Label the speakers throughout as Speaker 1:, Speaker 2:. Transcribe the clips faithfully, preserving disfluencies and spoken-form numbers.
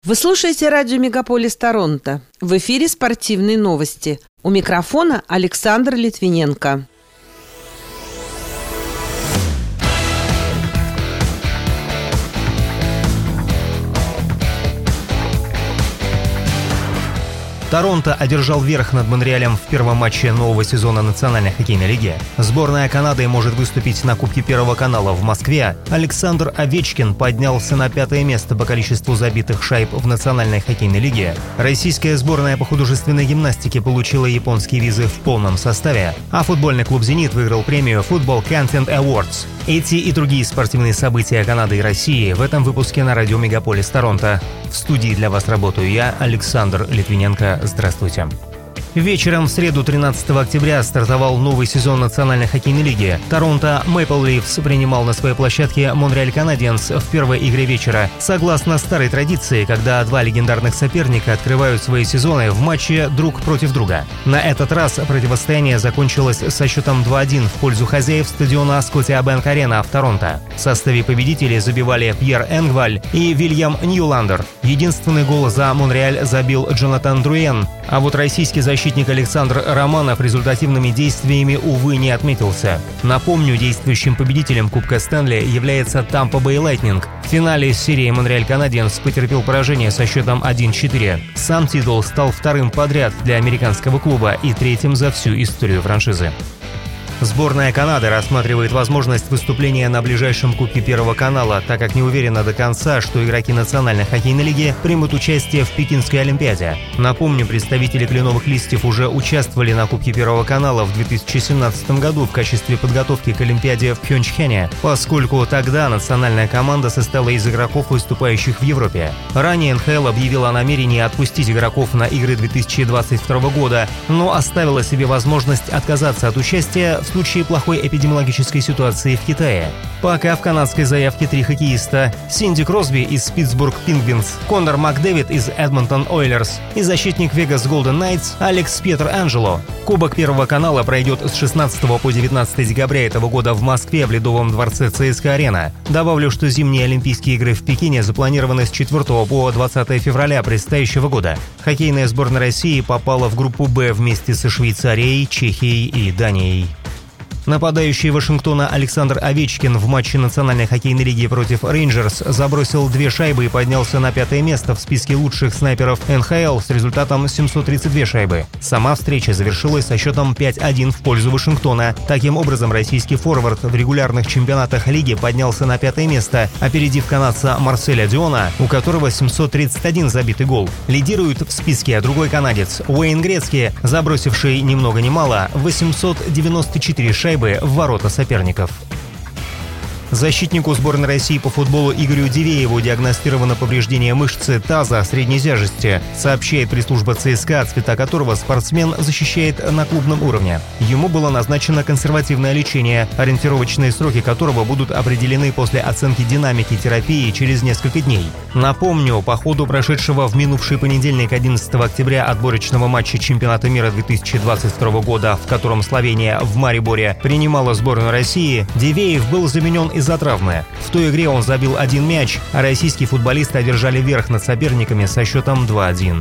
Speaker 1: Вы слушаете радио «Мегаполис Торонто». В эфире спортивные новости. У микрофона Александр Литвиненко.
Speaker 2: Торонто одержал верх над Монреалем в первом матче нового сезона Национальной хоккейной лиги. Сборная Канады может выступить на Кубке Первого канала в Москве. Александр Овечкин поднялся на пятое место по количеству забитых шайб в Национальной хоккейной лиге. Российская сборная по художественной гимнастике получила японские визы в полном составе, а футбольный клуб «Зенит» выиграл премию Football Content Awards. Эти и другие спортивные события Канады и России в этом выпуске на радио «Мегаполис Торонто». В студии для вас работаю я, Александр Литвиненко. Здравствуйте. Вечером в среду тринадцатого октября стартовал новый сезон Национальной хоккейной лиги. Торонто Мэйпл Лифс принимал на своей площадке Монреаль Канадиенс в первой игре вечера. Согласно старой традиции, когда два легендарных соперника открывают свои сезоны в матче друг против друга. На этот раз противостояние закончилось со счетом два-один в пользу хозяев стадиона Скотиабэнк Арена в Торонто. В составе победителей забивали Пьер Энгваль и Вильям Ньюландер. Единственный гол за Монреаль забил Джонатан Друен, а вот российский защитник Защитник Александр Романов результативными действиями, увы, не отметился. Напомню, действующим победителем Кубка Стэнли является Тампа Бэй Лайтнинг. В финале серии Монреаль Канадиенс потерпел поражение со счетом один-четыре. Сам титул стал вторым подряд для американского клуба и третьим за всю историю франшизы. Сборная Канады рассматривает возможность выступления на ближайшем Кубке Первого канала, так как не уверена до конца, что игроки Национальной хоккейной лиги примут участие в Пекинской Олимпиаде. Напомню, представители «Кленовых листьев» уже участвовали на Кубке Первого канала в две тысячи семнадцатом году в качестве подготовки к Олимпиаде в Пхёнчхане, поскольку тогда национальная команда состояла из игроков, выступающих в Европе. Ранее эн ха эл объявила о намерении отпустить игроков на игры две тысячи двадцать второго года, но оставила себе возможность отказаться от участия в случае плохой эпидемиологической ситуации в Китае. Пока в канадской заявке три хоккеиста: Синди Кросби из Питтсбург Пингвинс, Конор Макдэвид из Эдмонтон Ойлерс и защитник Вегас Голден Найтс Алекс Пьетр Анджело. Кубок Первого канала пройдет с шестнадцатого по девятнадцатое декабря этого года в Москве в Ледовом дворце ЦСКА Арена. Добавлю, что зимние Олимпийские игры в Пекине запланированы с четвёртого по двадцатое февраля предстоящего года. Хоккейная сборная России попала в группу «Б» вместе со Швейцарией, Чехией и Данией. Нападающий Вашингтона Александр Овечкин в матче Национальной хоккейной лиги против Рейнджерс забросил две шайбы и поднялся на пятое место в списке лучших снайперов эн ха эл с результатом семьсот тридцать две шайбы. Сама встреча завершилась со счетом пять-один в пользу Вашингтона. Таким образом, российский форвард в регулярных чемпионатах лиги поднялся на пятое место, опередив канадца Марселя Диона, у которого семьсот тридцать один забитый гол. Лидирует в списке другой канадец Уэйн Грецки, забросивший ни много ни мало восемьсот девяносто четыре шайбы в ворота соперников. Защитнику сборной России по футболу Игорю Дивееву диагностировано повреждение мышцы таза средней тяжести, сообщает пресс-служба ЦСКА, цвета которого спортсмен защищает на клубном уровне. Ему было назначено консервативное лечение, ориентировочные сроки которого будут определены после оценки динамики терапии через несколько дней. Напомню, по ходу прошедшего в минувший понедельник одиннадцатого октября отборочного матча чемпионата мира две тысячи двадцать второго года, в котором Словения в Мариборе принимала сборную России, Дивеев был заменен из-за травмы. В той игре он забил один мяч, а российские футболисты одержали верх над соперниками со счетом два-один.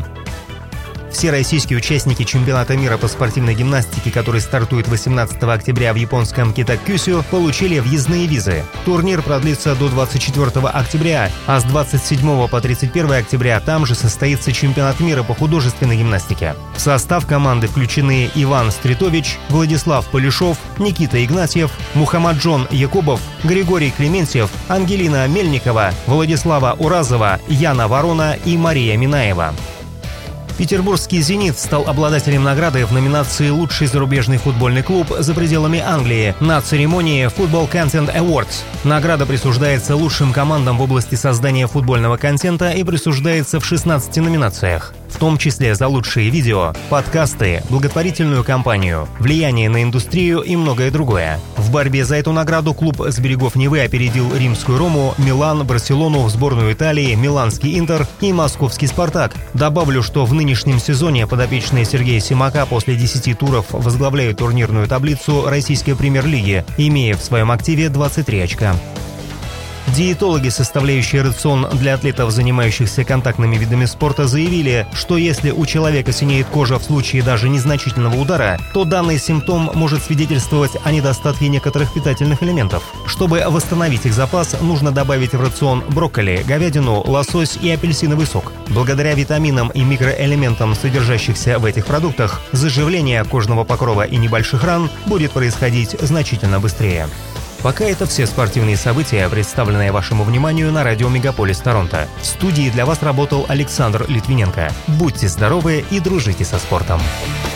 Speaker 2: Все российские участники чемпионата мира по спортивной гимнастике, который стартует восемнадцатого октября в японском Китакюсю, получили въездные визы. Турнир продлится до двадцать четвёртого октября, а с двадцать седьмого по тридцать первое октября там же состоится чемпионат мира по художественной гимнастике. В состав команды включены Иван Стритович, Владислав Полишов, Никита Игнатьев, Мухаммаджон Якубов, Григорий Клементьев, Ангелина Мельникова, Владислава Уразова, Яна Ворона и Мария Минаева. Петербургский «Зенит» стал обладателем награды в номинации «Лучший зарубежный футбольный клуб за пределами Англии» на церемонии Football Content Awards. Награда присуждается лучшим командам в области создания футбольного контента и присуждается в шестнадцати номинациях, в том числе за лучшие видео, подкасты, благотворительную кампанию, влияние на индустрию и многое другое. В борьбе за эту награду клуб с берегов Невы опередил римскую Рому, Милан, Барселону, сборную Италии, миланский Интер и московский Спартак. Добавлю, что в нынешнем сезоне подопечные Сергея Симака после десяти туров возглавляют турнирную таблицу российской премьер-лиги, имея в своем активе двадцать три очка. Диетологи, составляющие рацион для атлетов, занимающихся контактными видами спорта, заявили, что если у человека синеет кожа в случае даже незначительного удара, то данный симптом может свидетельствовать о недостатке некоторых питательных элементов. Чтобы восстановить их запас, нужно добавить в рацион брокколи, говядину, лосось и апельсиновый сок. Благодаря витаминам и микроэлементам, содержащихся в этих продуктах, заживление кожного покрова и небольших ран будет происходить значительно быстрее. Пока это все спортивные события, представленные вашему вниманию на радио Мегаполис Торонто. В студии для вас работал Александр Литвиненко. Будьте здоровы и дружите со спортом.